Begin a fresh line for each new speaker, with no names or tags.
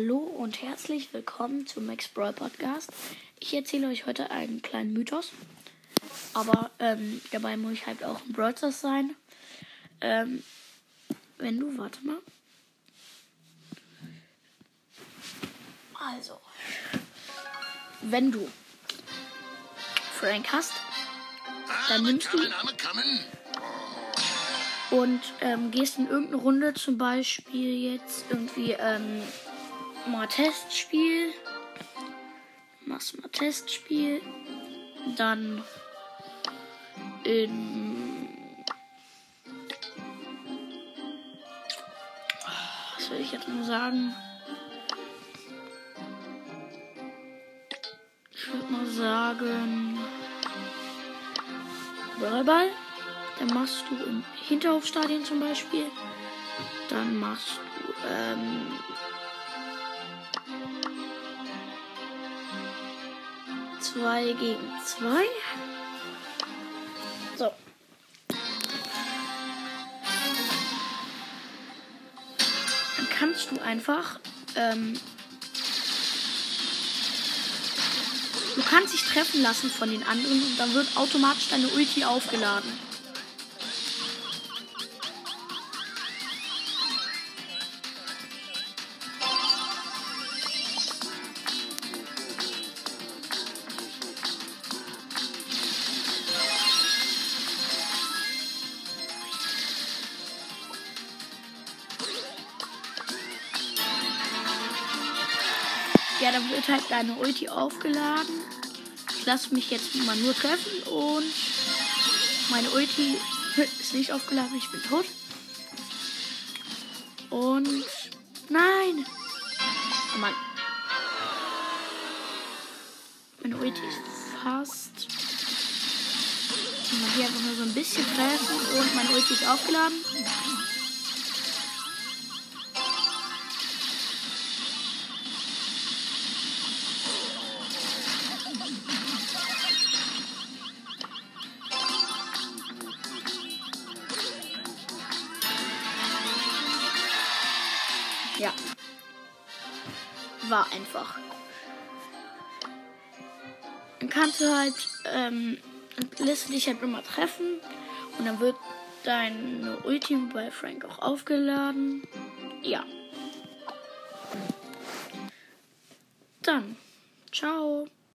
Hallo und herzlich willkommen zum Max Brawl Podcast. Ich erzähle euch heute einen kleinen Mythos, aber dabei muss ich halt auch ein Brawl Stars sein. Warte mal. Also, wenn du Frank hast, dann nimmst du und gehst in irgendeine Runde, zum Beispiel jetzt irgendwie mal Testspiel. Machst mal Testspiel. Dann was will ich jetzt nur sagen? Ich würde mal sagen Brawlball. Dann machst du im Hinterhofstadion zum Beispiel. Dann machst du 2 gegen 2. So. Dann kannst du einfach du kannst dich treffen lassen von den anderen und dann wird automatisch deine Ulti aufgeladen. Ja, dann wird halt deine Ulti aufgeladen. Ich lasse mich jetzt mal nur treffen und meine Ulti ist nicht aufgeladen, ich bin tot. Und nein! Oh Mann. Meine Ulti ist fast. Ich muss hier einfach nur so ein bisschen treffen und meine Ulti ist aufgeladen. Ja. War einfach. Dann kannst du halt, lässt dich halt immer treffen und dann wird deine Ulti bei Frank auch aufgeladen. Ja. Dann. Ciao.